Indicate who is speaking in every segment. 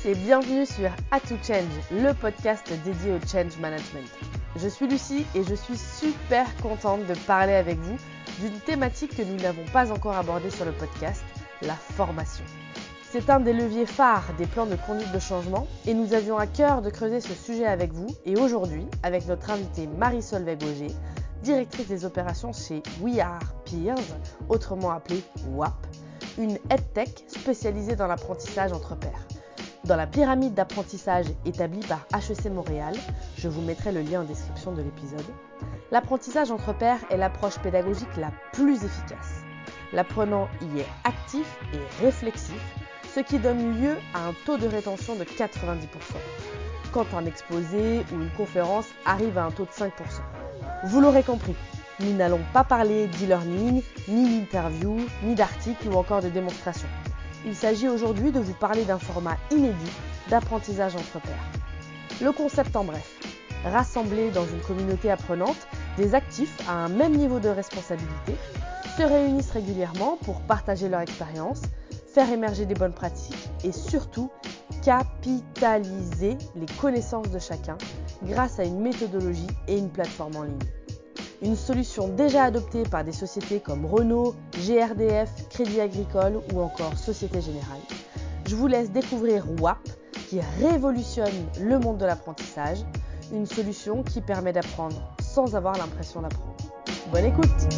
Speaker 1: et bienvenue sur A2Change, le podcast dédié au change management. Je suis Lucie et je suis super contente de parler avec vous d'une thématique que nous n'avons pas encore abordée sur le podcast, la formation. C'est un des leviers phares des plans de conduite de changement et nous avions à cœur de creuser ce sujet avec vous et aujourd'hui avec notre invitée Marie-Solveig Auger, directrice des opérations chez We Are Peers, autrement appelée WAP, une EdTech spécialisée dans l'apprentissage entre pairs. Dans la pyramide d'apprentissage établie par HEC Montréal, je vous mettrai le lien en description de l'épisode, l'apprentissage entre pairs est l'approche pédagogique la plus efficace. L'apprenant y est actif et réflexif, ce qui donne lieu à un taux de rétention de 90%, quand un exposé ou une conférence arrive à un taux de 5%. Vous l'aurez compris, nous n'allons pas parler d'e-learning, ni d'interview, ni d'articles ou encore de démonstration. Il s'agit aujourd'hui de vous parler d'un format inédit d'apprentissage entre pairs. Le concept en bref, rassembler dans une communauté apprenante des actifs à un même niveau de responsabilité, se réunissent régulièrement pour partager leur expérience, faire émerger des bonnes pratiques et surtout capitaliser les connaissances de chacun grâce à une méthodologie et une plateforme en ligne. Une solution déjà adoptée par des sociétés comme Renault, GRDF, Crédit Agricole ou encore Société Générale. Je vous laisse découvrir WAP qui révolutionne le monde de l'apprentissage, une solution qui permet d'apprendre sans avoir l'impression d'apprendre. Bonne écoute!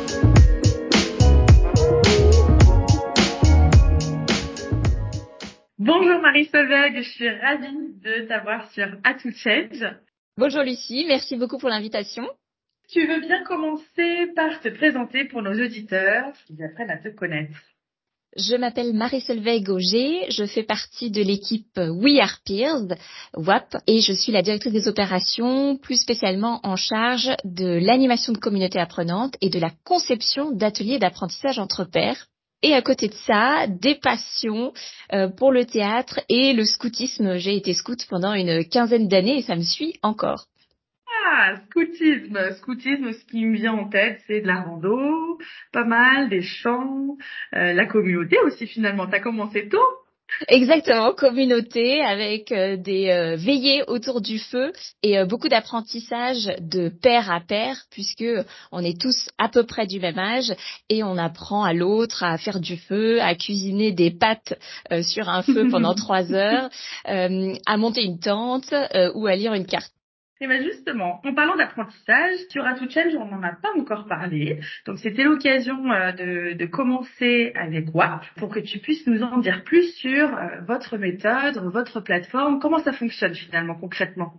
Speaker 2: Bonjour Marie-Solveig, je suis ravie de t'avoir sur A2Change.
Speaker 3: Bonjour Lucie, merci beaucoup pour l'invitation.
Speaker 2: Tu veux bien commencer par te présenter pour nos auditeurs, qu'ils apprennent à te connaître.
Speaker 3: Je m'appelle Marie-Solveig Auger, je fais partie de l'équipe We Are Peers, WAP, et je suis la directrice des opérations, plus spécialement en charge de l'animation de communautés apprenantes et de la conception d'ateliers d'apprentissage entre pairs. Et à côté de ça, des passions pour le théâtre et le scoutisme. J'ai été scout pendant une quinzaine d'années et ça me suit encore.
Speaker 2: Ah, scoutisme, ce qui me vient en tête, c'est de la rando, pas mal, des chants, la communauté aussi finalement. T'as commencé tôt?
Speaker 3: Exactement, communauté avec des veillées autour du feu et beaucoup d'apprentissage de pair à pair puisque on est tous à peu près du même âge et on apprend à l'autre à faire du feu, à cuisiner des pâtes sur un feu pendant 3 heures, à monter une tente ou à lire une carte.
Speaker 2: Et bien justement, en parlant d'apprentissage, sur A2Change, on n'en a pas encore parlé. Donc c'était l'occasion de commencer avec WAP pour que tu puisses nous en dire plus sur votre méthode, votre plateforme, comment ça fonctionne finalement concrètement.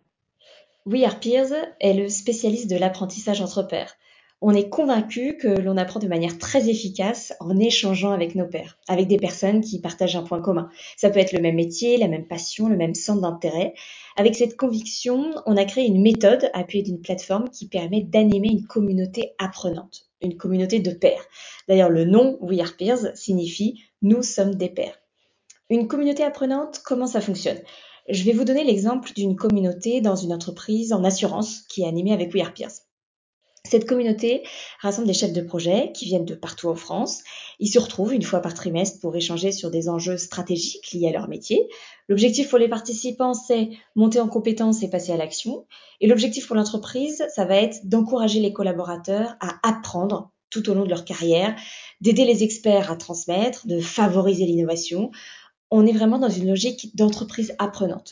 Speaker 4: We Are Peers est le spécialiste de l'apprentissage entre pairs. On est convaincu que l'on apprend de manière très efficace en échangeant avec nos pairs, avec des personnes qui partagent un point commun. Ça peut être le même métier, la même passion, le même centre d'intérêt. Avec cette conviction, on a créé une méthode appuyée d'une plateforme qui permet d'animer une communauté apprenante, une communauté de pairs. D'ailleurs, le nom We Are Peers signifie « Nous sommes des pairs ». Une communauté apprenante, comment ça fonctionne ? Je vais vous donner l'exemple d'une communauté dans une entreprise en assurance qui est animée avec We Are Peers. Cette communauté rassemble des chefs de projet qui viennent de partout en France. Ils se retrouvent une fois par trimestre pour échanger sur des enjeux stratégiques liés à leur métier. L'objectif pour les participants, c'est monter en compétences et passer à l'action. Et l'objectif pour l'entreprise, ça va être d'encourager les collaborateurs à apprendre tout au long de leur carrière, d'aider les experts à transmettre, de favoriser l'innovation. On est vraiment dans une logique d'entreprise apprenante.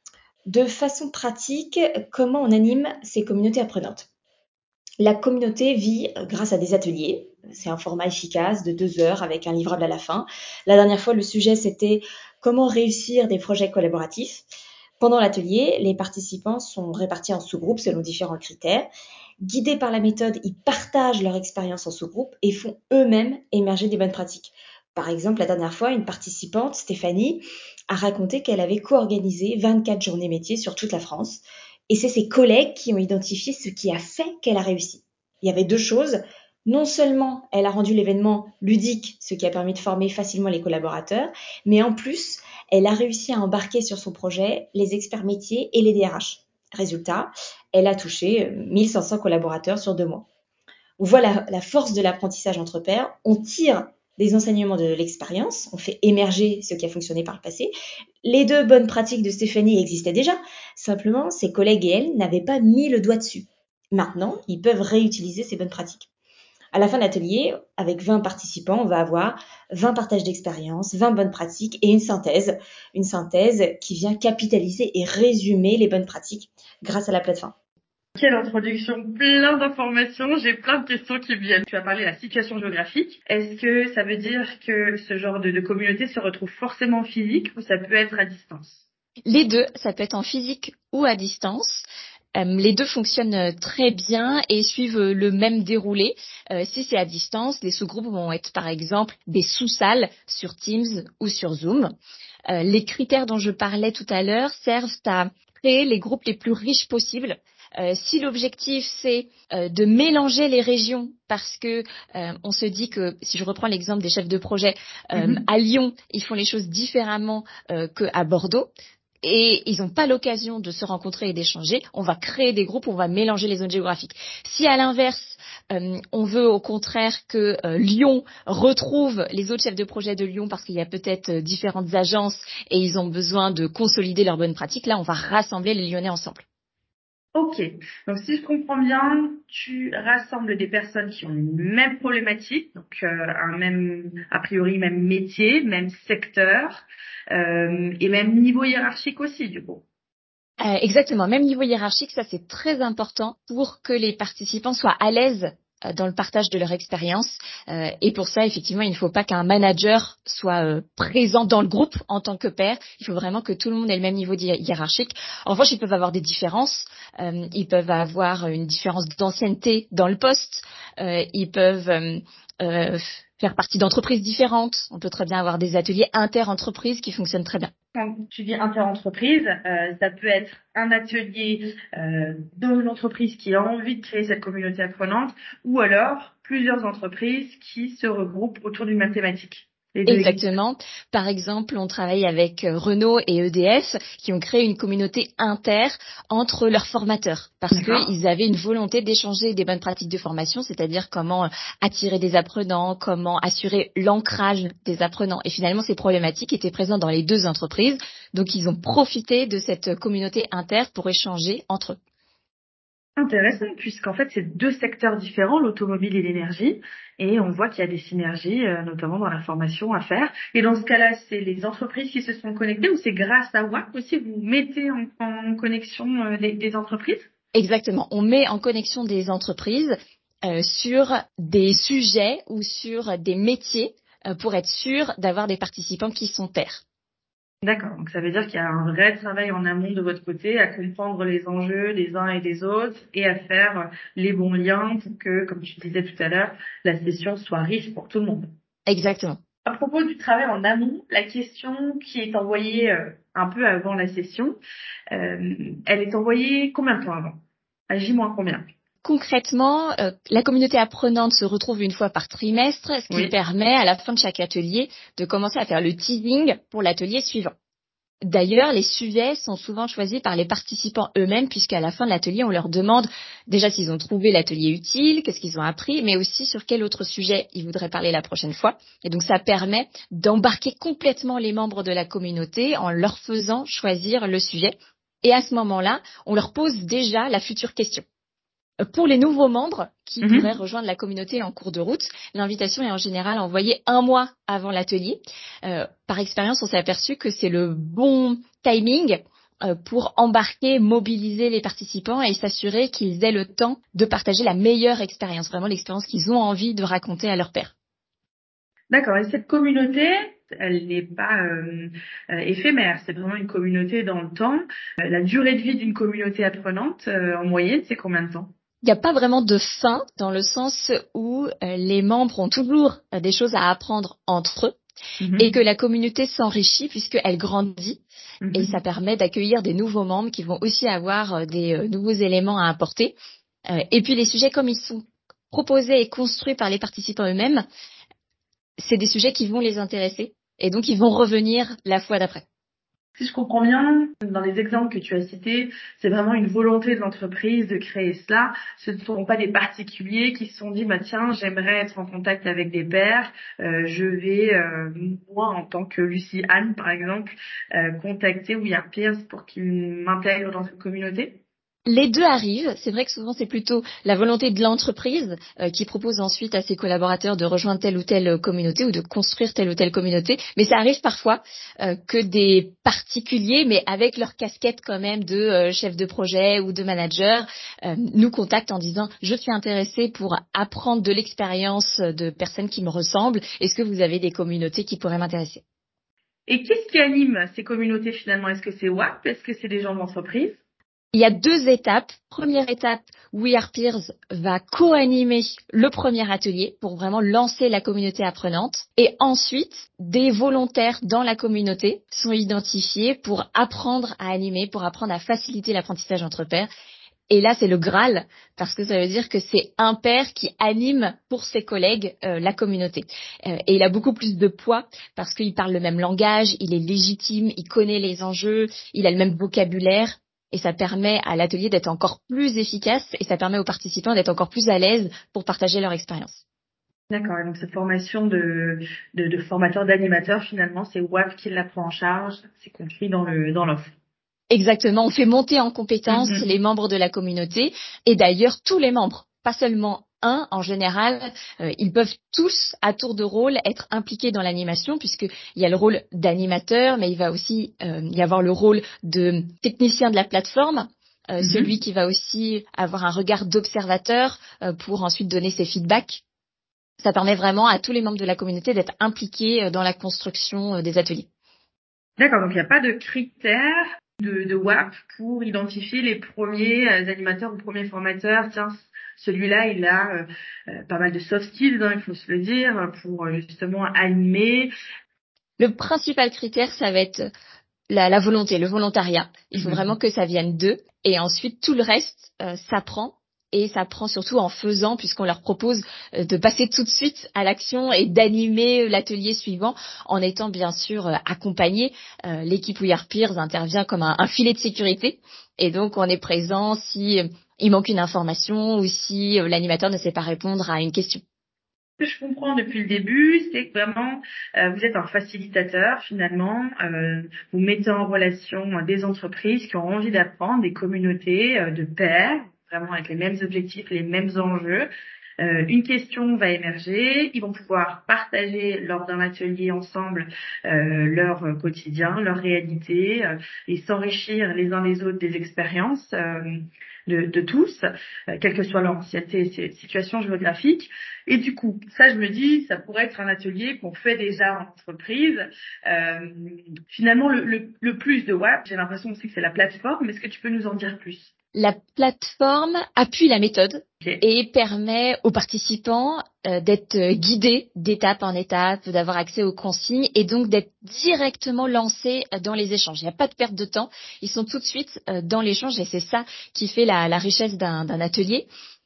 Speaker 4: De façon pratique, comment on anime ces communautés apprenantes ? La communauté vit grâce à des ateliers. C'est un format efficace de 2 heures avec un livrable à la fin. La dernière fois, le sujet, c'était comment réussir des projets collaboratifs. Pendant l'atelier, les participants sont répartis en sous-groupes selon différents critères. Guidés par la méthode, ils partagent leur expérience en sous-groupe et font eux-mêmes émerger des bonnes pratiques. Par exemple, la dernière fois, une participante, Stéphanie, a raconté qu'elle avait co-organisé 24 journées métiers sur toute la France. Et c'est ses collègues qui ont identifié ce qui a fait qu'elle a réussi. Il y avait 2 choses. Non seulement elle a rendu l'événement ludique, ce qui a permis de former facilement les collaborateurs, mais en plus, elle a réussi à embarquer sur son projet les experts métiers et les DRH. Résultat, elle a touché 1500 collaborateurs sur 2 mois. On voit la force de l'apprentissage entre pairs. On tire des enseignements de l'expérience, on fait émerger ce qui a fonctionné par le passé. Les 2 bonnes pratiques de Stéphanie existaient déjà, simplement ses collègues et elle n'avaient pas mis le doigt dessus. Maintenant, ils peuvent réutiliser ces bonnes pratiques. À la fin de l'atelier, avec 20 participants, on va avoir 20 partages d'expérience, 20 bonnes pratiques et une synthèse qui vient capitaliser et résumer les bonnes pratiques grâce à la plateforme.
Speaker 2: Quelle introduction, plein d'informations, j'ai plein de questions qui me viennent. Tu as parlé de la situation géographique. Est-ce que ça veut dire que ce genre de communauté se retrouve forcément physique ou ça peut être à distance?
Speaker 3: Les deux, ça peut être en physique ou à distance. Les deux fonctionnent très bien et suivent le même déroulé. Si c'est à distance, les sous-groupes vont être par exemple des sous-salles sur Teams ou sur Zoom. Les critères dont je parlais tout à l'heure servent à créer les groupes les plus riches possibles. Si l'objectif c'est de mélanger les régions, parce que on se dit que, si je reprends l'exemple des chefs de projet, à Lyon, ils font les choses différemment qu'à Bordeaux. Et ils n'ont pas l'occasion de se rencontrer et d'échanger, on va créer des groupes, on va mélanger les zones géographiques. Si à l'inverse, on veut au contraire que Lyon retrouve les autres chefs de projet de Lyon parce qu'il y a peut-être différentes agences et ils ont besoin de consolider leurs bonnes pratiques, là on va rassembler les Lyonnais ensemble.
Speaker 2: Ok, donc si je comprends bien, tu rassembles des personnes qui ont une même problématique, donc un même, a priori, même métier, même secteur, et même niveau hiérarchique aussi, du coup.
Speaker 3: Exactement, même niveau hiérarchique, ça c'est très important pour que les participants soient à l'aise dans le partage de leur expérience. Et pour ça, effectivement, il ne faut pas qu'un manager soit présent dans le groupe en tant que pair. Il faut vraiment que tout le monde ait le même niveau hiérarchique. En revanche, ils peuvent avoir des différences. Ils peuvent avoir une différence d'ancienneté dans le poste. Ils peuvent faire partie d'entreprises différentes. On peut très bien avoir des ateliers inter-entreprises qui fonctionnent très bien.
Speaker 2: Quand tu dis inter-entreprise, ça peut être un atelier dans une entreprise qui a envie de créer cette communauté apprenante ou alors plusieurs entreprises qui se regroupent autour d'une même thématique. Les deux existent.
Speaker 3: Exactement. Par exemple, on travaille avec Renault et EDF qui ont créé une communauté inter entre leurs formateurs parce qu'ils avaient une volonté d'échanger des bonnes pratiques de formation, c'est-à-dire comment attirer des apprenants, comment assurer l'ancrage des apprenants. Et finalement, ces problématiques étaient présentes dans les deux entreprises. Donc, ils ont profité de cette communauté inter pour échanger entre eux.
Speaker 2: Intéressant, puisqu'en fait, c'est deux secteurs différents, l'automobile et l'énergie, et on voit qu'il y a des synergies, notamment dans la formation à faire. Et dans ce cas-là, c'est les entreprises qui se sont connectées ou c'est grâce à WAP aussi, vous mettez en connexion des entreprises?
Speaker 3: Exactement. On met en connexion des entreprises sur des sujets ou sur des métiers pour être sûr d'avoir des participants qui sont pairs.
Speaker 2: D'accord, donc ça veut dire qu'il y a un vrai travail en amont de votre côté à comprendre les enjeux des uns et des autres et à faire les bons liens pour que, comme tu disais tout à l'heure, la session soit riche pour tout le monde.
Speaker 3: Exactement.
Speaker 2: À propos du travail en amont, la question qui est envoyée un peu avant la session, elle est envoyée combien de temps avant? À J- combien?
Speaker 3: Concrètement, la communauté apprenante se retrouve une fois par trimestre, ce qui permet à la fin de chaque atelier de commencer à faire le teasing pour l'atelier suivant. D'ailleurs, les sujets sont souvent choisis par les participants eux-mêmes puisqu'à la fin de l'atelier, on leur demande déjà s'ils ont trouvé l'atelier utile, qu'est-ce qu'ils ont appris, mais aussi sur quel autre sujet ils voudraient parler la prochaine fois. Et donc, ça permet d'embarquer complètement les membres de la communauté en leur faisant choisir le sujet. Et à ce moment-là, on leur pose déjà la future question. Pour les nouveaux membres qui pourraient rejoindre la communauté en cours de route, l'invitation est en général envoyée 1 mois avant l'atelier. Par expérience, on s'est aperçu que c'est le bon timing pour embarquer, mobiliser les participants et s'assurer qu'ils aient le temps de partager la meilleure expérience, vraiment l'expérience qu'ils ont envie de raconter à leur pairs.
Speaker 2: D'accord. Et cette communauté, elle n'est pas éphémère. C'est vraiment une communauté dans le temps. La durée de vie d'une communauté apprenante, en moyenne, c'est combien de temps?
Speaker 3: Il n'y a pas vraiment de fin dans le sens où les membres ont toujours des choses à apprendre entre eux et que la communauté s'enrichit puisqu'elle grandit et ça permet d'accueillir des nouveaux membres qui vont aussi avoir des nouveaux éléments à apporter. Et puis les sujets comme ils sont proposés et construits par les participants eux-mêmes, c'est des sujets qui vont les intéresser et donc ils vont revenir la fois d'après.
Speaker 2: Si je comprends bien, dans les exemples que tu as cités, c'est vraiment une volonté de l'entreprise de créer cela. Ce ne sont pas des particuliers qui se sont dit, bah tiens, j'aimerais être en contact avec des pairs. Je vais, moi, en tant que Lucie Anne, par exemple, contacter We Are Peers pour qu'ils m'intègrent dans cette communauté.
Speaker 3: Les deux arrivent. C'est vrai que souvent c'est plutôt la volonté de l'entreprise qui propose ensuite à ses collaborateurs de rejoindre telle ou telle communauté ou de construire telle ou telle communauté. Mais ça arrive parfois que des particuliers, mais avec leur casquette quand même de chef de projet ou de manager, nous contactent en disant je suis intéressé pour apprendre de l'expérience de personnes qui me ressemblent. Est-ce que vous avez des communautés qui pourraient m'intéresser?
Speaker 2: Et qu'est-ce qui anime ces communautés finalement? Est-ce que c'est WAP? Est-ce que c'est des gens d'entreprise?
Speaker 3: Il y a deux étapes. Première étape, We Are Peers va co-animer le premier atelier pour vraiment lancer la communauté apprenante. Et ensuite, des volontaires dans la communauté sont identifiés pour apprendre à animer, pour apprendre à faciliter l'apprentissage entre pairs. Et là, c'est le Graal, parce que ça veut dire que c'est un pair qui anime pour ses collègues la communauté. Et il a beaucoup plus de poids, parce qu'il parle le même langage, il est légitime, il connaît les enjeux, il a le même vocabulaire. Et ça permet à l'atelier d'être encore plus efficace et ça permet aux participants d'être encore plus à l'aise pour partager leur expérience.
Speaker 2: D'accord. Et donc cette formation de formateur d'animateur, finalement, c'est WAP qui la prend en charge. C'est compris dans l'offre.
Speaker 3: Exactement, on fait monter en compétence
Speaker 2: Mhm.
Speaker 3: les membres de la communauté et d'ailleurs tous les membres, pas seulement un en général, ils peuvent tous à tour de rôle être impliqués dans l'animation puisqu'il y a le rôle d'animateur, mais il va aussi y avoir le rôle de technicien de la plateforme, celui qui va aussi avoir un regard d'observateur pour ensuite donner ses feedbacks. Ça permet vraiment à tous les membres de la communauté d'être impliqués dans la construction des ateliers.
Speaker 2: D'accord, donc il n'y a pas de critères de WAP pour identifier les premiers animateurs ou premiers formateurs. Tiens, celui-là, il a pas mal de soft skills, hein, il faut se le dire, pour justement animer.
Speaker 3: Le principal critère, ça va être la volonté, le volontariat. Il faut vraiment
Speaker 2: Mhm.
Speaker 3: que ça vienne d'eux. Et ensuite, tout le reste s'apprend. Et ça prend surtout en faisant, puisqu'on leur propose de passer tout de suite à l'action et d'animer l'atelier suivant en étant bien sûr accompagné. L'équipe We Are Peers intervient comme un filet de sécurité. Et donc, on est présent si il manque une information ou si l'animateur ne sait pas répondre à une question.
Speaker 2: Ce que je comprends depuis le début, c'est que vraiment, vous êtes un facilitateur finalement. Vous mettez en relation des entreprises qui ont envie d'apprendre, des communautés de pairs, vraiment avec les mêmes objectifs, les mêmes enjeux. Une question va émerger, ils vont pouvoir partager lors d'un atelier ensemble leur quotidien, leur réalité et s'enrichir les uns les autres des expériences de tous, quelle que soit leur ancienneté et situation géographique. Et du coup, ça, je me dis, ça pourrait être un atelier qu'on fait déjà en entreprise. Finalement, le plus de WAP, j'ai l'impression aussi que c'est la plateforme. Est-ce que tu peux nous en dire plus?
Speaker 3: La plateforme appuie la méthode
Speaker 2: Okay.
Speaker 3: et permet aux participants d'être guidés d'étape en étape, d'avoir accès aux consignes et donc d'être directement lancés dans les échanges. Il n'y a pas de perte de temps, ils sont tout de suite dans l'échange et c'est ça qui fait la richesse d'un atelier.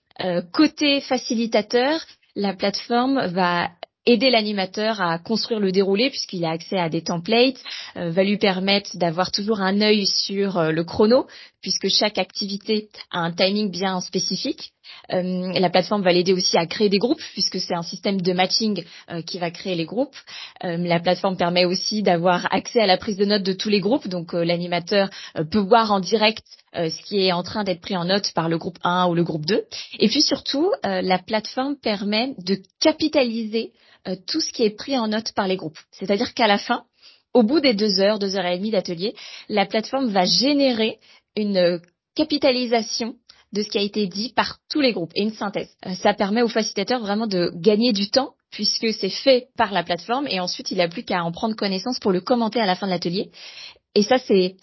Speaker 3: Côté facilitateur, la plateforme va aider l'animateur à construire le déroulé puisqu'il a accès à des templates, va lui permettre d'avoir toujours un œil sur le chrono puisque chaque activité a un timing bien spécifique. La plateforme va l'aider aussi à créer des groupes puisque c'est un système de matching qui va créer les groupes. La plateforme permet aussi d'avoir accès à la prise de notes de tous les groupes, donc l'animateur peut voir en direct ce qui est en train d'être pris en note par le groupe 1 ou le groupe 2. Et puis surtout, la plateforme permet de capitaliser tout ce qui est pris en note par les groupes. C'est-à-dire qu'à la fin, au bout des 2 heures et demie d'atelier, la plateforme va générer une capitalisation de ce qui a été dit par tous les groupes et une synthèse. Ça permet aux facilitateurs vraiment de gagner du temps puisque c'est fait par la plateforme et ensuite il n'a plus qu'à en prendre connaissance pour le commenter à la fin de l'atelier. Et ça, c'est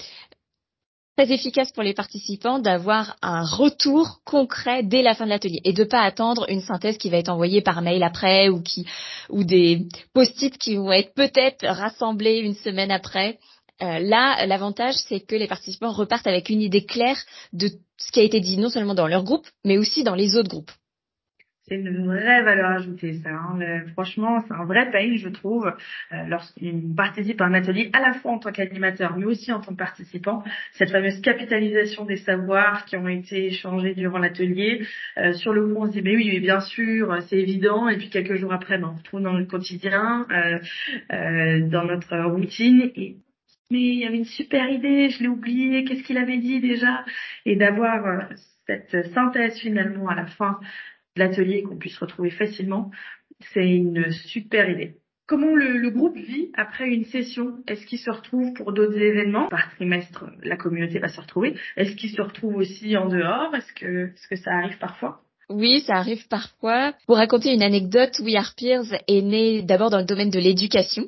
Speaker 3: très efficace pour les participants d'avoir un retour concret dès la fin de l'atelier et de pas attendre une synthèse qui va être envoyée par mail après ou des post-it qui vont être peut-être rassemblés une semaine après. Là, l'avantage, c'est que les participants repartent avec une idée claire de ce qui a été dit non seulement dans leur groupe, mais aussi dans les autres groupes.
Speaker 2: C'est une vraie valeur ajoutée, ça. Franchement, c'est un vrai pain, je trouve, lorsqu'on participe à un atelier, à la fois en tant qu'animateur, mais aussi en tant que participant. Cette fameuse capitalisation des savoirs qui ont été échangés durant l'atelier. Sur le coup, on se dit, mais oui, mais bien sûr, c'est évident. Et puis quelques jours après, on retrouve dans le quotidien, dans notre routine. Mais il y avait une super idée, je l'ai oublié, qu'est-ce qu'il avait dit déjà? Et d'avoir cette synthèse finalement à la fin de l'atelier qu'on puisse retrouver facilement, c'est une super idée. Comment le groupe vit après une session? Est-ce qu'il se retrouve pour d'autres événements? Par trimestre, la communauté va se retrouver. Est-ce qu'il se retrouve aussi en dehors? Est-ce que ça arrive parfois?
Speaker 3: Oui, ça arrive parfois. Pour raconter une anecdote, We Are Peers est né d'abord dans le domaine de l'éducation.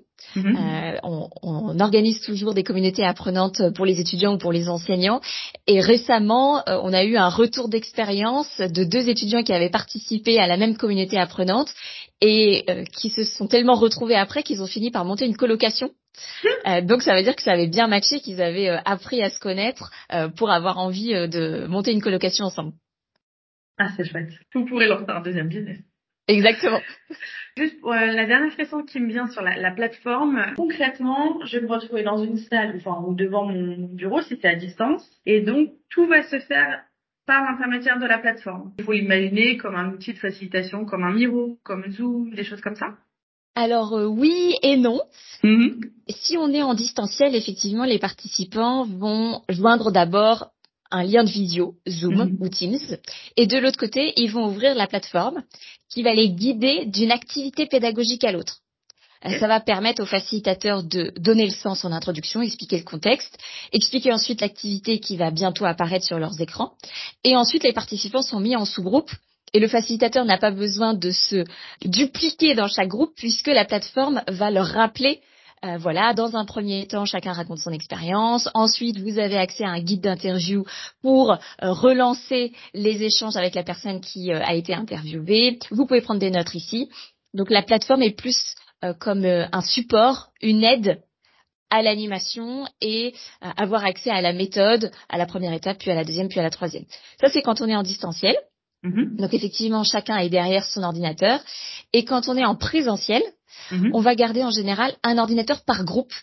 Speaker 3: On organise toujours des communautés apprenantes pour les étudiants ou pour les enseignants. Et récemment, on a eu un retour d'expérience de 2 étudiants qui avaient participé à la même communauté apprenante et qui se sont tellement retrouvés après qu'ils ont fini par monter une colocation. Donc ça veut dire que ça avait bien matché, qu'ils avaient appris à se connaître pour avoir envie de monter une colocation ensemble.
Speaker 2: Ah, c'est chouette. Vous pourrez lancer un deuxième business.
Speaker 3: Exactement.
Speaker 2: Juste pour la dernière question qui me vient sur la plateforme, concrètement, je vais me retrouver dans une salle, ou devant mon bureau si c'est à distance, et donc tout va se faire par l'intermédiaire de la plateforme. Il faut l'imaginer comme un outil de facilitation, comme un Miro, comme Zoom, des choses comme ça.
Speaker 3: Alors oui et non.
Speaker 2: Mm-hmm.
Speaker 3: Si on est en distanciel, effectivement, les participants vont joindre d'abord un lien de visio, Zoom ou Teams, et de l'autre côté, ils vont ouvrir la plateforme qui va les guider d'une activité pédagogique à l'autre. Ça va permettre aux facilitateurs de donner le sens en introduction, expliquer le contexte, expliquer ensuite l'activité qui va bientôt apparaître sur leurs écrans. Et ensuite, les participants sont mis en sous-groupe et le facilitateur n'a pas besoin de se dupliquer dans chaque groupe puisque la plateforme va leur rappeler voilà, dans un premier temps, chacun raconte son expérience. Ensuite, vous avez accès à un guide d'interview pour relancer les échanges avec la personne qui a été interviewée. Vous pouvez prendre des notes ici. Donc, la plateforme est plus comme un support, une aide à l'animation et avoir accès à la méthode, à la première étape, puis à la deuxième, puis à la troisième. Ça, c'est quand on est en distanciel. Donc, effectivement, chacun est derrière son ordinateur. Et quand on est en présentiel, on va garder en général un ordinateur par groupe.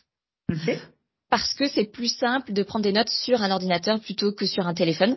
Speaker 3: Parce que c'est plus simple de prendre des notes sur un ordinateur plutôt que sur un téléphone.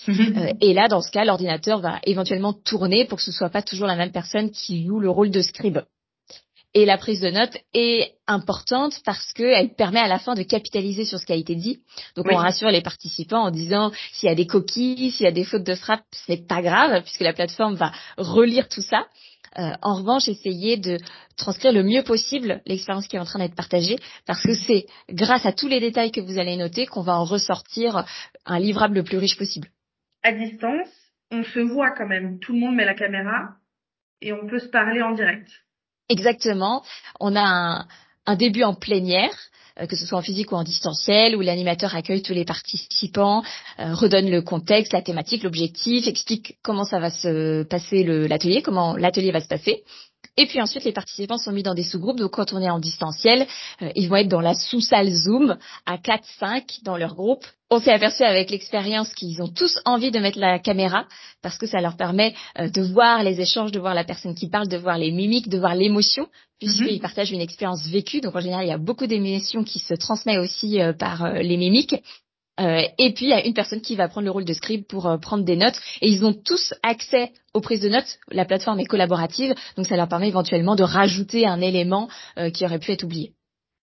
Speaker 3: Et là, dans ce cas, l'ordinateur va éventuellement tourner pour que ce soit pas toujours la même personne qui joue le rôle de scribe. Et la prise de notes est importante parce qu'elle permet à la fin de capitaliser sur ce qui a été dit. Donc, on rassure les participants en disant s'il y a des coquilles, s'il y a des fautes de frappe, ce n'est pas grave puisque la plateforme va relire tout ça. En revanche, essayez de transcrire le mieux possible l'expérience qui est en train d'être partagée parce que c'est grâce à tous les détails que vous allez noter qu'on va en ressortir un livrable le plus riche possible.
Speaker 2: À distance, on se voit quand même. Tout le monde met la caméra et on peut se parler en direct.
Speaker 3: Exactement. On a un début en plénière, que ce soit en physique ou en distanciel, où l'animateur accueille tous les participants, redonne le contexte, la thématique, l'objectif, explique comment ça va se passer l'atelier, comment l'atelier va se passer. Et puis ensuite, les participants sont mis dans des sous-groupes. Donc, quand on est en distanciel, ils vont être dans la sous-salle Zoom à 4-5 dans leur groupe. On s'est aperçu avec l'expérience qu'ils ont tous envie de mettre la caméra parce que ça leur permet de voir les échanges, de voir la personne qui parle, de voir les mimiques, de voir l'émotion puisqu'ils partagent une expérience vécue. Donc, en général, il y a beaucoup d'émotions qui se transmettent aussi par les mimiques. Et puis, il y a une personne qui va prendre le rôle de scribe pour prendre des notes. Et ils ont tous accès aux prises de notes. La plateforme est collaborative, donc ça leur permet éventuellement de rajouter un élément qui aurait pu être oublié.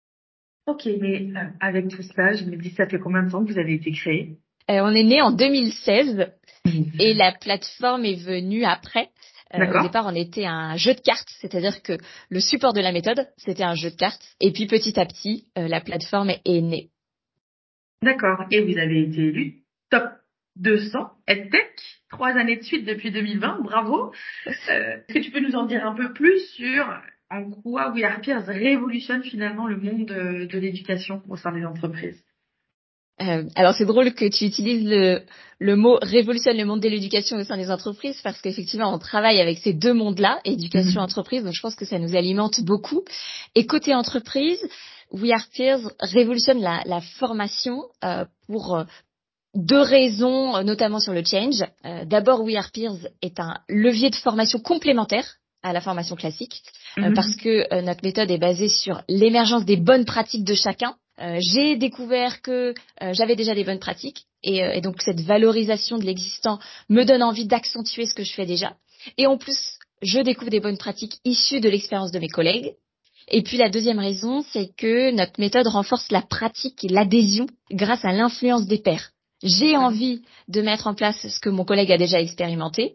Speaker 2: Ok, mais avec tout cela, je me dis, ça fait combien de temps que vous avez été créé?
Speaker 3: On est né en 2016 et la plateforme est venue après. Au départ, on était un jeu de cartes, c'est-à-dire que le support de la méthode, c'était un jeu de cartes. Et puis, petit à petit, la plateforme est née.
Speaker 2: D'accord. Et vous avez été élu top 200 EdTech, 3 années de suite depuis 2020. Bravo. Est-ce que tu peux nous en dire un peu plus sur en quoi We Are Peers révolutionne finalement le monde de l'éducation au sein des entreprises?
Speaker 3: Alors c'est drôle que tu utilises le mot révolutionne le monde de l'éducation au sein des entreprises parce qu'effectivement on travaille avec ces deux mondes-là, éducation entreprise, donc je pense que ça nous alimente beaucoup. Et côté entreprise, We Are Peers révolutionne la formation pour deux raisons, notamment sur le change. D'abord, We Are Peers est un levier de formation complémentaire à la formation classique, parce que notre méthode est basée sur l'émergence des bonnes pratiques de chacun. J'ai découvert que j'avais déjà des bonnes pratiques et donc cette valorisation de l'existant me donne envie d'accentuer ce que je fais déjà. Et en plus, je découvre des bonnes pratiques issues de l'expérience de mes collègues. Et puis la deuxième raison, c'est que notre méthode renforce la pratique et l'adhésion grâce à l'influence des pairs. J'ai envie de mettre en place ce que mon collègue a déjà expérimenté,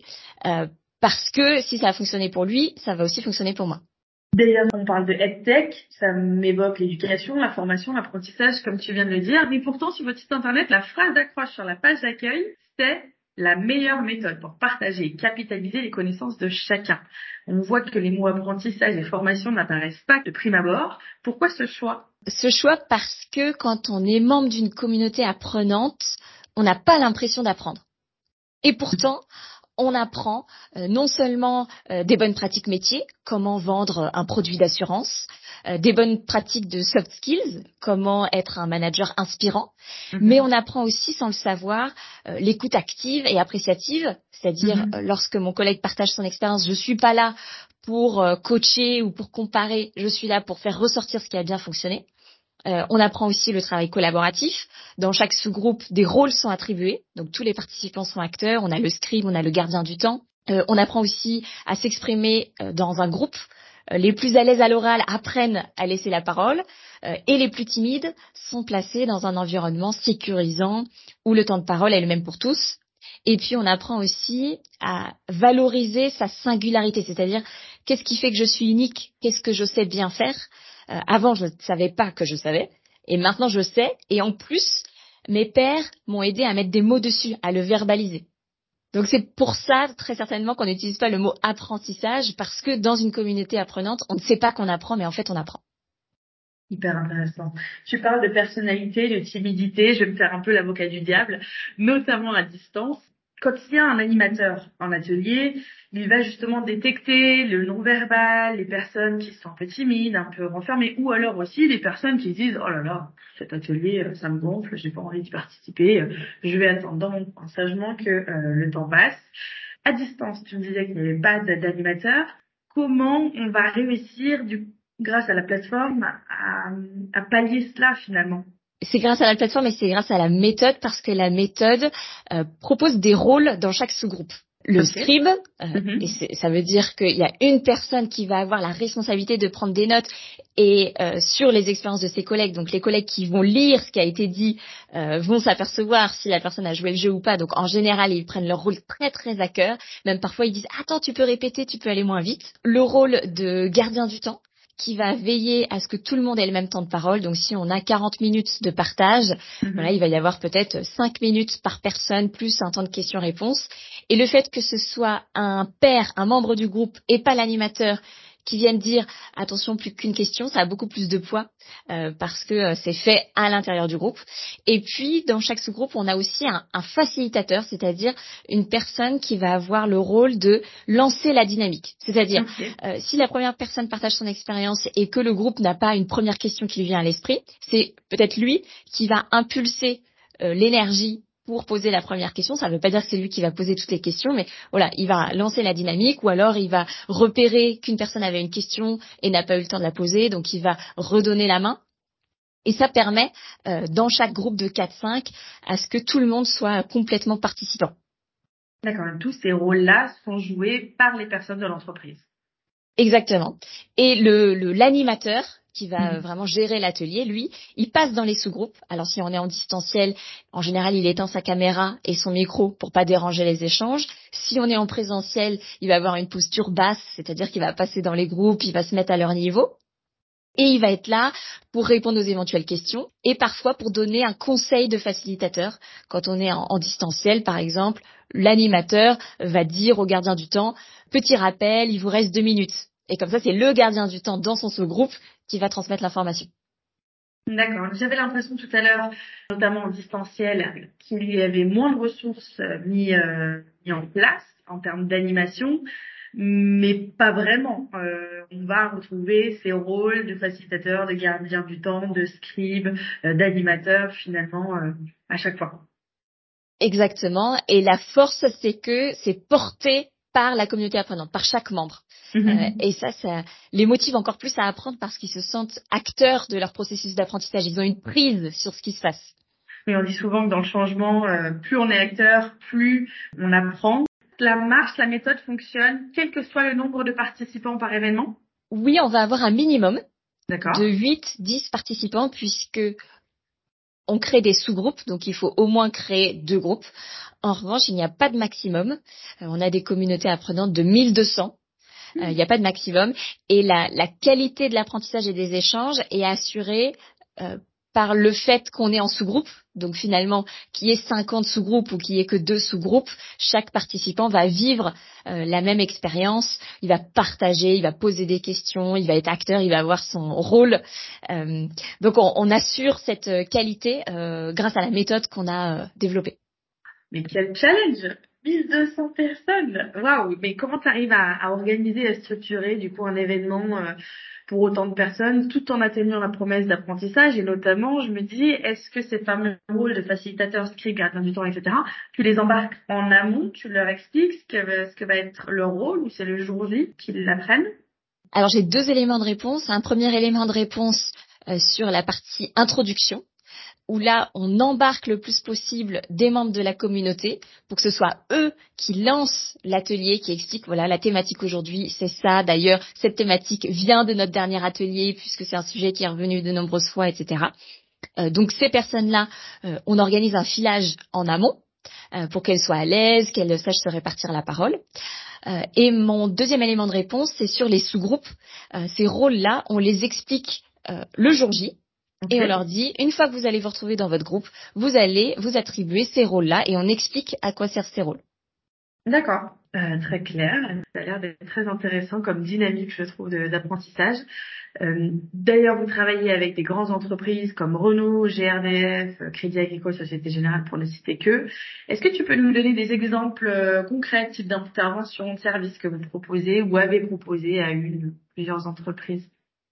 Speaker 3: parce que si ça a fonctionné pour lui, ça va aussi fonctionner pour moi.
Speaker 2: Déjà, on parle de EdTech, ça m'évoque l'éducation, la formation, l'apprentissage, comme tu viens de le dire. Mais pourtant, sur votre site internet, la phrase d'accroche sur la page d'accueil, c'est la meilleure méthode pour partager et capitaliser les connaissances de chacun. On voit que les mots apprentissage et formation n'apparaissent pas de prime abord. Pourquoi ce choix?
Speaker 3: Ce choix parce que quand on est membre d'une communauté apprenante, on n'a pas l'impression d'apprendre. Et pourtant, on apprend non seulement des bonnes pratiques métiers, comment vendre un produit d'assurance, des bonnes pratiques de soft skills, comment être un manager inspirant, mais on apprend aussi, sans le savoir, l'écoute active et appréciative, c'est-à-dire lorsque mon collègue partage son expérience, je suis pas là pour coacher ou pour comparer, je suis là pour faire ressortir ce qui a bien fonctionné. On apprend aussi le travail collaboratif. Dans chaque sous-groupe, des rôles sont attribués. Donc, tous les participants sont acteurs. On a le scribe, on a le gardien du temps. On apprend aussi à s'exprimer dans un groupe. Les plus à l'aise à l'oral apprennent à laisser la parole. Et les plus timides sont placés dans un environnement sécurisant où le temps de parole est le même pour tous. Et puis, on apprend aussi à valoriser sa singularité, c'est-à-dire qu'est-ce qui fait que je suis unique, qu'est-ce que je sais bien faire. Avant, je ne savais pas que je savais, et maintenant je sais. Et en plus, mes pairs m'ont aidé à mettre des mots dessus, à le verbaliser. Donc c'est pour ça, très certainement, qu'on n'utilise pas le mot apprentissage, parce que dans une communauté apprenante, on ne sait pas qu'on apprend, mais en fait on apprend.
Speaker 2: Hyper intéressant. Tu parles de personnalité, de timidité. Je vais me faire un peu l'avocat du diable, notamment à distance. Quand il y a un animateur en atelier, il va justement détecter le non-verbal, les personnes qui sont un peu timides, un peu renfermées, ou alors aussi les personnes qui disent « Oh là là, cet atelier, ça me gonfle, j'ai pas envie d'y participer, je vais attendre dans mon coin sagement que le temps passe. » À distance, tu me disais qu'il n'y avait pas d'animateur. Comment on va réussir grâce à la plateforme à pallier cela finalement?
Speaker 3: C'est grâce à la plateforme et c'est grâce à la méthode, parce que la méthode propose des rôles dans chaque sous-groupe. Le scribe, et ça veut dire qu'il y a une personne qui va avoir la responsabilité de prendre des notes et sur les expériences de ses collègues. Donc les collègues qui vont lire ce qui a été dit vont s'apercevoir si la personne a joué le jeu ou pas. Donc en général, ils prennent leur rôle très très à cœur. Même parfois, ils disent « Attends, tu peux répéter, tu peux aller moins vite ». Le rôle de gardien du temps, qui va veiller à ce que tout le monde ait le même temps de parole. Donc, si on a 40 minutes de partage, voilà, il va y avoir peut-être 5 minutes par personne, plus un temps de questions-réponses. Et le fait que ce soit un pair, un membre du groupe, et pas l'animateur, qui vienne dire « Attention, plus qu'une question », ça a beaucoup plus de poids, parce que c'est fait à l'intérieur du groupe. Et puis, dans chaque sous-groupe, on a aussi un facilitateur, c'est-à-dire une personne qui va avoir le rôle de lancer la dynamique. C'est-à-dire, si la première personne partage son expérience et que le groupe n'a pas une première question qui lui vient à l'esprit, c'est peut-être lui qui va impulser l'énergie pour poser la première question. Ça ne veut pas dire que c'est lui qui va poser toutes les questions, mais voilà, il va lancer la dynamique, ou alors il va repérer qu'une personne avait une question et n'a pas eu le temps de la poser, donc il va redonner la main. Et ça permet, dans chaque groupe de 4-5, à ce que tout le monde soit complètement participant.
Speaker 2: D'accord, tous ces rôles-là sont joués par les personnes de l'entreprise.
Speaker 3: Exactement. Et l'animateur qui va vraiment gérer l'atelier, lui, il passe dans les sous-groupes. Alors si on est en distanciel, en général, il éteint sa caméra et son micro pour pas déranger les échanges. Si on est en présentiel, il va avoir une posture basse, c'est-à-dire qu'il va passer dans les groupes, il va se mettre à leur niveau. Et il va être là pour répondre aux éventuelles questions et parfois pour donner un conseil de facilitateur. Quand on est en distanciel, par exemple, l'animateur va dire au gardien du temps « Petit rappel, il vous reste 2 minutes ». Et comme ça, c'est le gardien du temps dans son sous-groupe qui va transmettre l'information.
Speaker 2: D'accord. J'avais l'impression tout à l'heure, notamment en distanciel, qu'il y avait moins de ressources mis en place en termes d'animation, mais pas vraiment. On va retrouver ces rôles de facilitateur, de gardien du temps, de scribe, d'animateur finalement à chaque fois.
Speaker 3: Exactement. Et la force, c'est que c'est porté par la communauté apprenante, par chaque membre. Et ça les motive encore plus à apprendre parce qu'ils se sentent acteurs de leur processus d'apprentissage. Ils ont une prise sur ce qui se passe.
Speaker 2: Mais on dit souvent que dans le changement, plus on est acteur, plus on apprend. La méthode fonctionne, quel que soit le nombre de participants par événement?
Speaker 3: Oui, on va avoir un minimum
Speaker 2: D'accord.
Speaker 3: de 8-10 participants puisque on crée des sous-groupes, donc il faut au moins créer 2 groupes. En revanche, il n'y a pas de maximum. On a des communautés apprenantes de 1200. Il n'y a pas de maximum. Et la qualité de l'apprentissage et des échanges est assurée par le fait qu'on est en sous-groupe. Donc finalement, qu'il y ait 50 sous-groupes ou qu'il y ait que 2 sous-groupes, chaque participant va vivre la même expérience. Il va partager, il va poser des questions, il va être acteur, il va avoir son rôle. Donc on assure cette qualité grâce à la méthode qu'on a développée.
Speaker 2: Mais quel challenge! 1200 personnes! Waouh! Mais comment tu arrives à organiser et à structurer du coup un événement pour autant de personnes tout en atteignant la promesse d'apprentissage? Et notamment, je me dis, est-ce que ces fameux rôles de facilitateur, scribe, gardien du temps, etc., tu les embarques en amont, tu leur expliques ce que va être leur rôle ou c'est le jour J qu'ils l'apprennent?
Speaker 3: Alors j'ai 2 éléments de réponse. Un premier élément de réponse sur la partie introduction, où là, on embarque le plus possible des membres de la communauté pour que ce soit eux qui lancent l'atelier, qui expliquent, voilà, la thématique aujourd'hui, c'est ça. D'ailleurs, cette thématique vient de notre dernier atelier puisque c'est un sujet qui est revenu de nombreuses fois, etc. Donc, ces personnes-là, on organise un filage en amont pour qu'elles soient à l'aise, qu'elles sachent se répartir la parole. Et mon deuxième élément de réponse, c'est sur les sous-groupes. Ces rôles-là, on les explique le jour J.
Speaker 2: Okay.
Speaker 3: Et on leur dit, une fois que vous allez vous retrouver dans votre groupe, vous allez vous attribuer ces rôles-là et on explique à quoi servent ces rôles.
Speaker 2: D'accord, très clair. Ça a l'air d'être très intéressant comme dynamique, je trouve, d'apprentissage. D'ailleurs, vous travaillez avec des grandes entreprises comme Renault, GRDF, Crédit Agricole, Société Générale, pour ne citer que. Est-ce que tu peux nous donner des exemples concrets, type d'intervention, de services que vous proposez ou avez proposé à plusieurs entreprises?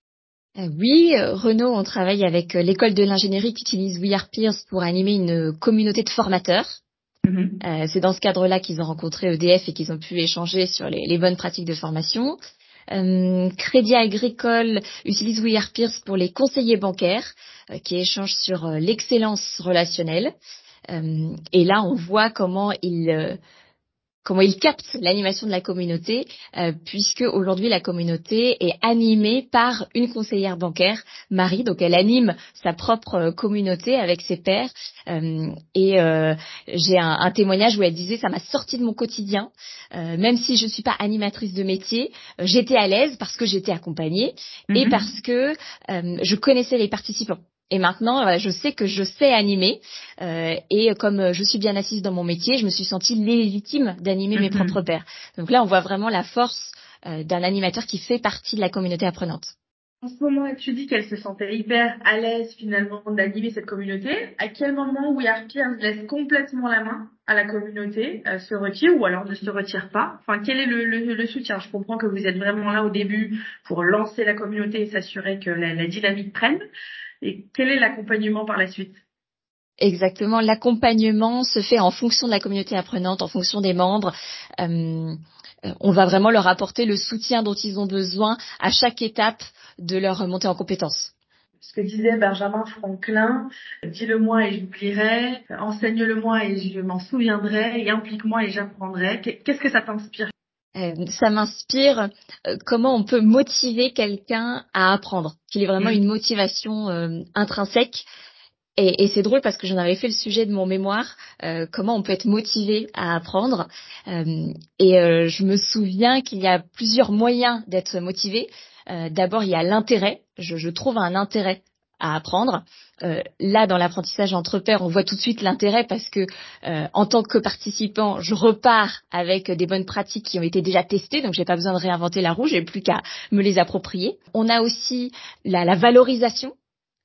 Speaker 3: Oui, Renault, on travaille avec l'école de l'ingénierie qui utilise We Are Peers pour animer une communauté de formateurs. C'est dans ce cadre-là qu'ils ont rencontré EDF et qu'ils ont pu échanger sur les bonnes pratiques de formation. Crédit Agricole utilise We Are Peers pour les conseillers bancaires qui échangent sur l'excellence relationnelle. Et là, on voit comment ils captent l'animation de la communauté, puisque aujourd'hui la communauté est animée par une conseillère bancaire, Marie, donc elle anime sa propre communauté avec ses pairs. J'ai un témoignage où elle disait, ça m'a sorti de mon quotidien, même si je suis pas animatrice de métier, j'étais à l'aise parce que j'étais accompagnée et parce que je connaissais les participants. Et maintenant, je sais que je sais animer. Et comme je suis bien assise dans mon métier, je me suis sentie légitime d'animer mes propres pairs. Donc là, on voit vraiment la force d'un animateur qui fait partie de la communauté apprenante.
Speaker 2: En ce moment, tu dis qu'elle se sentait hyper à l'aise finalement d'animer cette communauté. À quel moment We Are Peers laisse complètement la main à la communauté, se retire ou alors ne se retire pas? Enfin, quel est le soutien? Je comprends que vous êtes vraiment là au début pour lancer la communauté et s'assurer que la dynamique prenne. Et quel est l'accompagnement par la suite?
Speaker 3: Exactement, l'accompagnement se fait en fonction de la communauté apprenante, en fonction des membres. On va vraiment leur apporter le soutien dont ils ont besoin à chaque étape de leur montée en compétences.
Speaker 2: Ce que disait Benjamin Franklin, dis-le-moi et j'oublierai, enseigne-le-moi et je m'en souviendrai, et implique-moi et j'apprendrai. Qu'est-ce que ça t'inspire?
Speaker 3: Ça m'inspire comment on peut motiver quelqu'un à apprendre, qu'il ait vraiment une motivation intrinsèque. Et c'est drôle parce que j'en avais fait le sujet de mon mémoire, comment on peut être motivé à apprendre. Je me souviens qu'il y a plusieurs moyens d'être motivé. D'abord, il y a l'intérêt. Je trouve un intérêt à apprendre. Là, dans l'apprentissage entre pairs, on voit tout de suite l'intérêt parce que en tant que participant, je repars avec des bonnes pratiques qui ont été déjà testées, donc j'ai pas besoin de réinventer la roue, j'ai plus qu'à me les approprier. On a aussi la valorisation.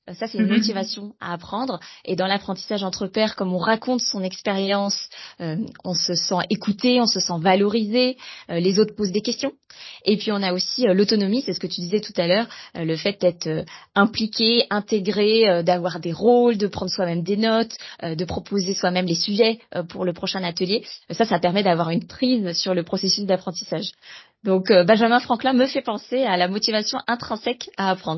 Speaker 3: Ça, c'est une motivation à apprendre. Et dans l'apprentissage entre pairs, comme on raconte son expérience, on se sent écouté, on se sent valorisé, les autres posent des questions. Et puis, on a aussi l'autonomie, c'est ce que tu disais tout à l'heure, le fait d'être impliqué, intégré, d'avoir des rôles, de prendre soi-même des notes, de proposer soi-même les sujets pour le prochain atelier. Ça permet d'avoir une prise sur le processus d'apprentissage. Donc, Benjamin Franklin me fait penser à la motivation intrinsèque à apprendre.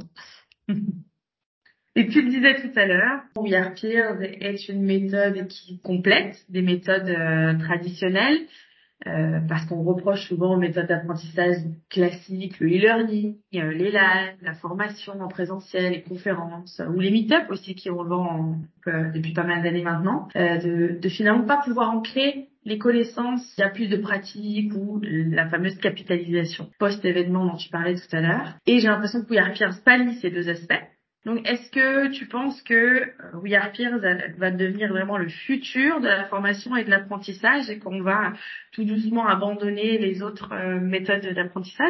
Speaker 2: Et tu le disais tout à l'heure, We Are Peers est une méthode qui complète des méthodes traditionnelles, parce qu'on reproche souvent aux méthodes d'apprentissage classiques, le e-learning, les LAN, la formation en présentiel, les conférences, ou les meet-up aussi qui revend depuis pas mal d'années maintenant, de finalement pas pouvoir ancrer les connaissances, il y a plus de pratique ou la fameuse capitalisation post-événement dont tu parlais tout à l'heure. Et j'ai l'impression que We Are Peers pallie ces deux aspects. Donc, est-ce que tu penses que We Are Peers va devenir vraiment le futur de la formation et de l'apprentissage et qu'on va tout doucement abandonner les autres méthodes d'apprentissage?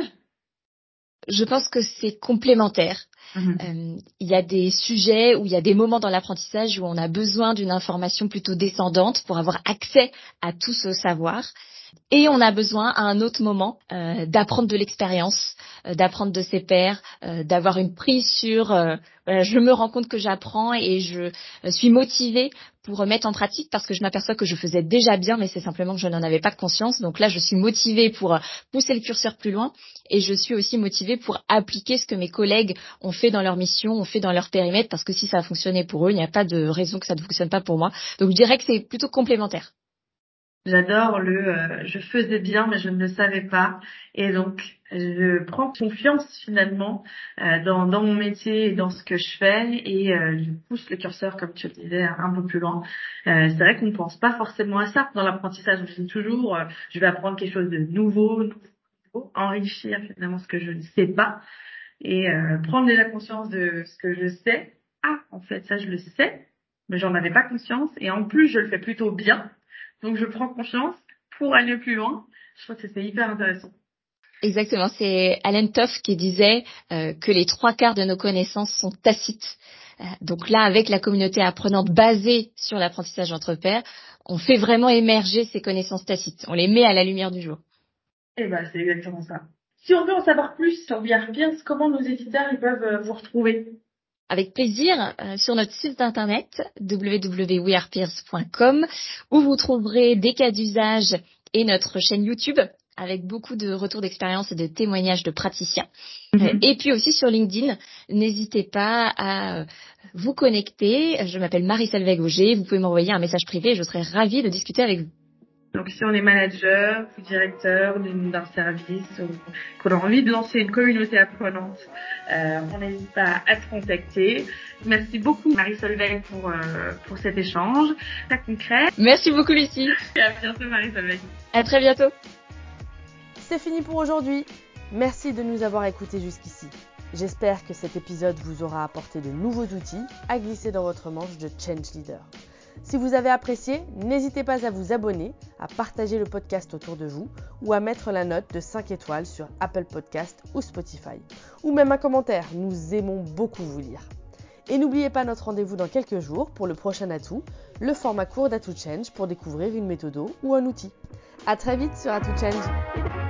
Speaker 3: Je pense que c'est complémentaire. Il y a des sujets où il y a des moments dans l'apprentissage où on a besoin d'une information plutôt descendante pour avoir accès à tout ce savoir. Et on a besoin à un autre moment d'apprendre de l'expérience, d'apprendre de ses pairs, d'avoir une prise sur je me rends compte que j'apprends et je suis motivée pour mettre en pratique parce que je m'aperçois que je faisais déjà bien, mais c'est simplement que je n'en avais pas conscience. Donc là, je suis motivée pour pousser le curseur plus loin et je suis aussi motivée pour appliquer ce que mes collègues ont fait dans leur mission, ont fait dans leur périmètre, parce que si ça a fonctionné pour eux, il n'y a pas de raison que ça ne fonctionne pas pour moi. Donc je dirais que c'est plutôt complémentaire.
Speaker 2: J'adore je faisais bien mais je ne le savais pas, et donc je prends confiance finalement dans mon métier et dans ce que je fais, et je pousse le curseur comme tu le disais un peu plus loin. C'est vrai qu'on ne pense pas forcément à ça dans l'apprentissage. On se dit toujours je vais apprendre quelque chose de nouveau, enrichir finalement ce que je ne sais pas, et prendre déjà conscience de ce que je sais. Ah, en fait ça je le sais mais j'en avais pas conscience, et en plus je le fais plutôt bien. Donc, je prends confiance pour aller plus loin. Je trouve que c'est hyper intéressant.
Speaker 3: Exactement. C'est Alan Toff qui disait que les 3/4 de nos connaissances sont tacites. Donc là, avec la communauté apprenante basée sur l'apprentissage entre pairs, on fait vraiment émerger ces connaissances tacites. On les met à la lumière du jour.
Speaker 2: Eh ben, c'est exactement ça. Si on veut en savoir plus sur We Are Peers, comment nos éditeurs ils peuvent vous retrouver?
Speaker 3: Avec plaisir, sur notre site internet www.wearepeers.com, où vous trouverez des cas d'usage et notre chaîne YouTube avec beaucoup de retours d'expérience et de témoignages de praticiens. Et puis aussi sur LinkedIn, n'hésitez pas à vous connecter. Je m'appelle Marie-Solveig-Auger. Vous pouvez m'envoyer un message privé et je serai ravie de discuter avec vous.
Speaker 2: Donc, si on est manager ou directeur d'un service ou qu'on a envie de lancer une communauté apprenante, on n'hésite pas à te contacter. Merci beaucoup, Marie-Solveig, pour cet échange très concret.
Speaker 3: Merci beaucoup, Lucie.
Speaker 2: Et à bientôt, Marie-Solveig.
Speaker 3: À très bientôt.
Speaker 1: C'est fini pour aujourd'hui. Merci de nous avoir écoutés jusqu'ici. J'espère que cet épisode vous aura apporté de nouveaux outils à glisser dans votre manche de Change Leader. Si vous avez apprécié, n'hésitez pas à vous abonner, à partager le podcast autour de vous ou à mettre la note de 5 étoiles sur Apple Podcast ou Spotify. Ou même un commentaire, nous aimons beaucoup vous lire. Et n'oubliez pas notre rendez-vous dans quelques jours pour le prochain atout, le format court d'Atout Change pour découvrir une méthode ou un outil. À très vite sur Atout Change.